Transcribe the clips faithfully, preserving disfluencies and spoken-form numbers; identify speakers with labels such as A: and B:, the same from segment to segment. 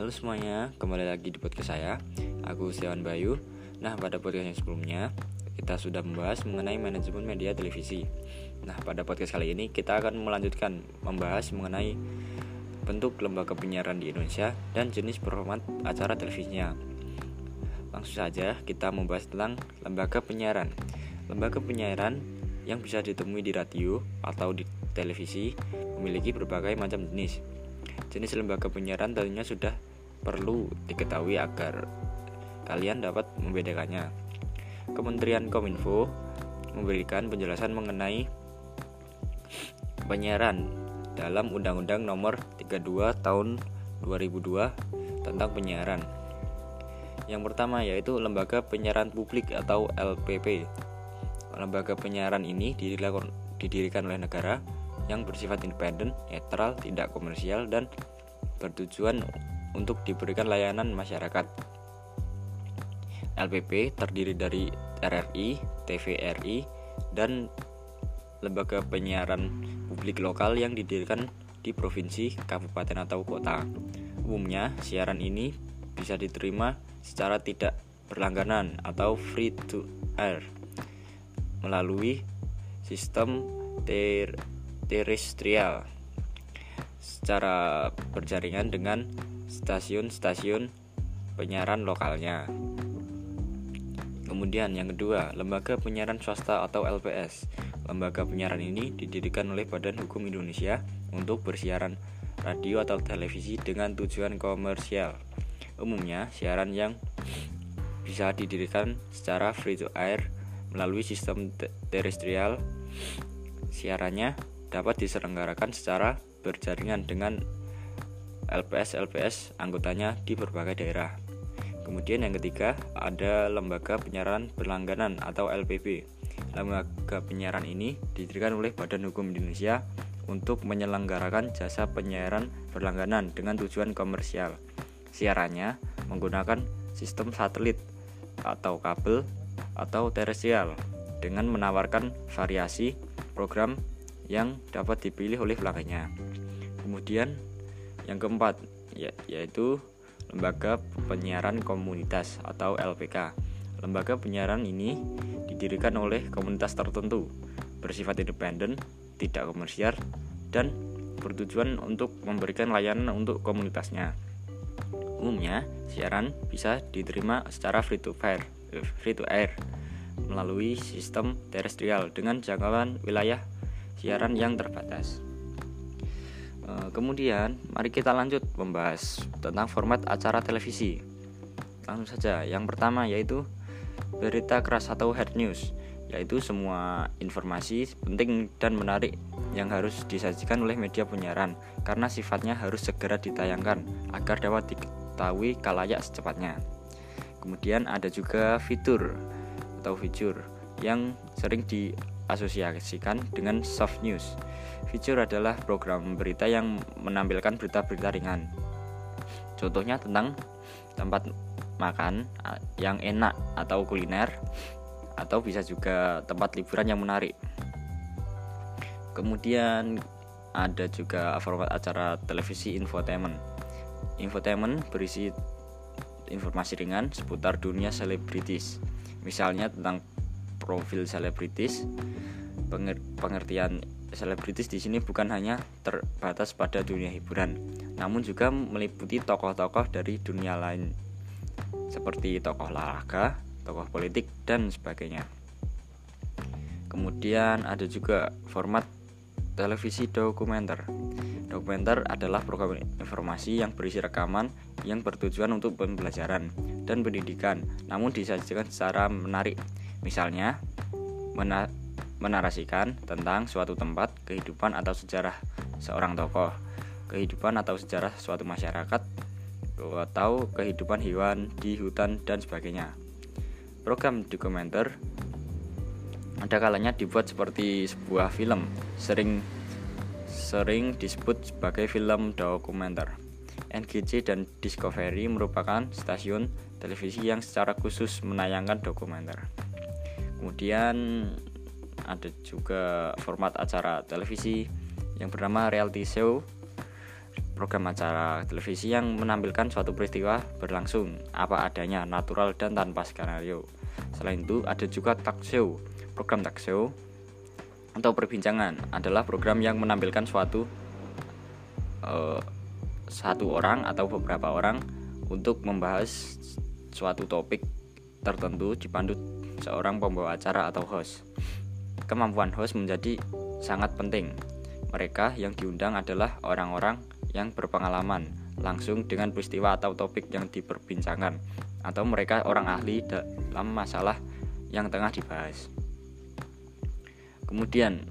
A: Halo semuanya, kembali lagi di podcast saya. Aku Setiawan Bayu. Nah, pada podcast yang sebelumnya kita sudah membahas mengenai manajemen media televisi. Nah, pada podcast kali ini kita akan melanjutkan membahas mengenai bentuk lembaga penyiaran di Indonesia dan jenis format acara televisinya. Langsung saja kita membahas tentang lembaga penyiaran. Lembaga penyiaran yang bisa ditemui di radio atau di televisi memiliki berbagai macam jenis. Jenis lembaga penyiaran tentunya sudah perlu diketahui agar kalian dapat membedakannya. Kementerian Kominfo memberikan penjelasan mengenai penyiaran dalam Undang-Undang Nomor tiga puluh dua Tahun dua ribu dua tentang penyiaran. Yang pertama yaitu Lembaga Penyiaran Publik atau L P P. Lembaga penyiaran ini didirikan oleh negara yang bersifat independen, netral, tidak komersial, dan bertujuan untuk diberikan layanan masyarakat. L P P terdiri dari R R I, T V R I, dan lembaga penyiaran publik lokal yang didirikan di provinsi, kabupaten, atau kota. Umumnya, siaran ini bisa diterima secara tidak berlangganan atau free to air melalui sistem ter terestrial secara berjaringan dengan stasiun-stasiun penyiaran lokalnya. Kemudian yang kedua, Lembaga Penyiaran Swasta atau L P S. Lembaga penyiaran ini didirikan oleh Badan Hukum Indonesia untuk bersiaran radio atau televisi dengan tujuan komersial. Umumnya, siaran yang bisa didirikan secara free to air melalui sistem terestrial. Siarannya dapat diselenggarakan secara berjaringan dengan L P S-L P S anggotanya di berbagai daerah. Kemudian yang ketiga ada Lembaga Penyiaran Berlangganan atau L P B. Lembaga penyiaran ini didirikan oleh Badan Hukum Indonesia untuk menyelenggarakan jasa penyiaran berlangganan dengan tujuan komersial. Siarannya menggunakan sistem satelit atau kabel atau terestrial dengan menawarkan variasi program yang dapat dipilih oleh pelanggannya. Kemudian yang keempat ya, yaitu Lembaga Penyiaran Komunitas atau L P K. Lembaga penyiaran ini didirikan oleh komunitas tertentu, bersifat independen, tidak komersial, dan bertujuan untuk memberikan layanan untuk komunitasnya. Umumnya, siaran bisa diterima secara free to air, free to air melalui sistem terestrial dengan jangkauan wilayah siaran yang terbatas. E, kemudian, mari kita lanjut membahas tentang format acara televisi. Langsung saja, yang pertama yaitu berita keras atau hard news, yaitu semua informasi penting dan menarik yang harus disajikan oleh media penyiaran karena sifatnya harus segera ditayangkan agar dapat diketahui khalayak secepatnya. Kemudian ada juga fitur atau fitur yang sering diasosiasikan dengan soft news. Fitur adalah program berita yang menampilkan berita-berita ringan. Contohnya tentang tempat makan yang enak atau kuliner, atau bisa juga tempat liburan yang menarik. Kemudian ada juga format acara televisi infotainment. Infotainment berisi informasi ringan seputar dunia selebritis. Misalnya tentang profil selebritis. Pengertian selebritis di sini bukan hanya terbatas pada dunia hiburan, namun juga meliputi tokoh-tokoh dari dunia lain seperti tokoh olahraga, tokoh politik, dan sebagainya. Kemudian ada juga format televisi dokumenter. Dokumenter adalah program informasi yang berisi rekaman yang bertujuan untuk pembelajaran dan pendidikan, namun disajikan secara menarik. Misalnya, mena- menarasikan tentang suatu tempat, kehidupan atau sejarah seorang tokoh, kehidupan atau sejarah suatu masyarakat, atau kehidupan hewan di hutan, dan sebagainya. Program dokumenter ada kalanya dibuat seperti sebuah film, sering sering disebut sebagai film dokumenter. N G C dan Discovery merupakan stasiun televisi yang secara khusus menayangkan dokumenter. Kemudian ada juga format acara televisi yang bernama reality show. program acara televisi yang menampilkan suatu peristiwa berlangsung apa adanya, natural dan tanpa skenario. Selain itu ada juga talk show. Program talk show atau perbincangan adalah program yang menampilkan suatu uh, satu orang atau beberapa orang untuk membahas suatu topik tertentu dipandu seorang pembawa acara atau host. Kemampuan host menjadi sangat penting. Mereka yang diundang adalah orang-orang yang berpengalaman langsung dengan peristiwa atau topik yang diperbincangkan, atau mereka orang ahli dalam masalah yang tengah dibahas. Kemudian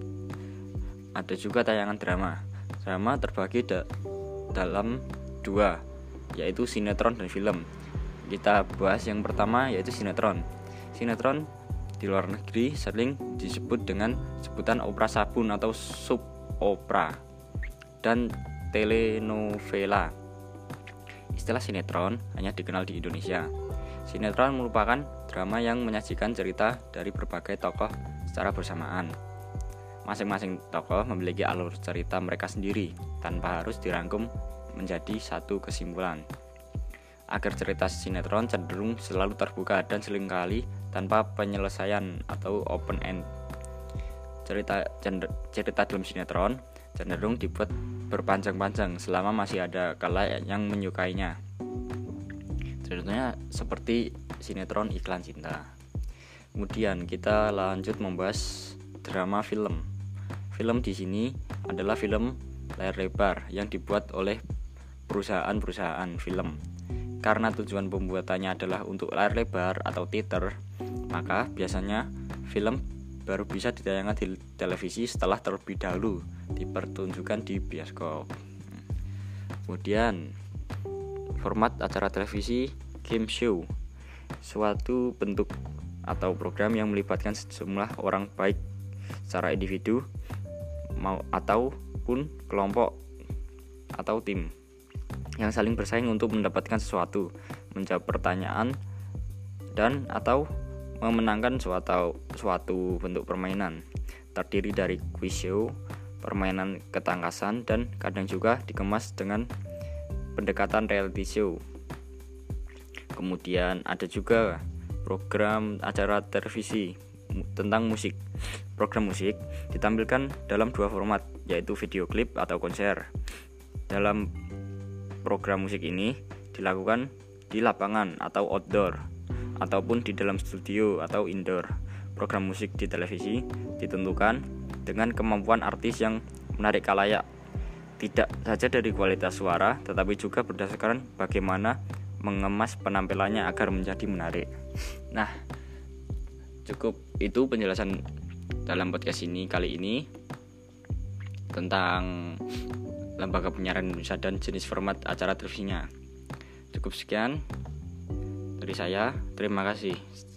A: ada juga tayangan drama. Drama terbagi da- dalam dua, yaitu sinetron dan film. Kita bahas yang pertama, yaitu sinetron. Sinetron di luar negeri sering disebut dengan sebutan opera sabun atau soap opera dan telenovela. Istilah sinetron hanya dikenal di Indonesia. Sinetron merupakan drama yang menyajikan cerita dari berbagai tokoh secara bersamaan. Masing-masing tokoh memiliki alur cerita mereka sendiri tanpa harus dirangkum menjadi satu kesimpulan. Agar cerita sinetron cenderung selalu terbuka dan seringkali tanpa penyelesaian atau open end. Cerita cerita dalam sinetron cenderung dibuat berpanjang-panjang selama masih ada khalayak yang menyukainya. Contohnya seperti sinetron Iklan Cinta. Kemudian kita lanjut membahas drama film. Film di sini adalah film layar lebar yang dibuat oleh perusahaan-perusahaan film. Karena tujuan pembuatannya adalah untuk layar lebar atau teater, maka biasanya film baru bisa ditayangkan di televisi setelah terlebih dahulu dipertunjukkan di bioskop. Kemudian format acara televisi game show, suatu bentuk atau program yang melibatkan sejumlah orang baik secara individu mau ataupun kelompok atau tim yang saling bersaing untuk mendapatkan sesuatu, menjawab pertanyaan dan atau memenangkan suatu suatu bentuk permainan. Terdiri dari quiz show, permainan ketangkasan, dan kadang juga dikemas dengan pendekatan reality show. Kemudian ada juga program acara televisi tentang musik. Program musik ditampilkan dalam dua format, yaitu video klip atau konser. Dalam program musik ini dilakukan di lapangan atau outdoor, ataupun di dalam studio atau indoor. Program musik di televisi ditentukan dengan kemampuan artis yang menarik khalayak, tidak saja dari kualitas suara, tetapi juga berdasarkan bagaimana mengemas penampilannya agar menjadi menarik. Nah, cukup itu penjelasan dalam podcast ini kali ini tentang lembaga penyiaran Indonesia dan jenis format acara televisinya. Cukup sekian dari saya, terima kasih.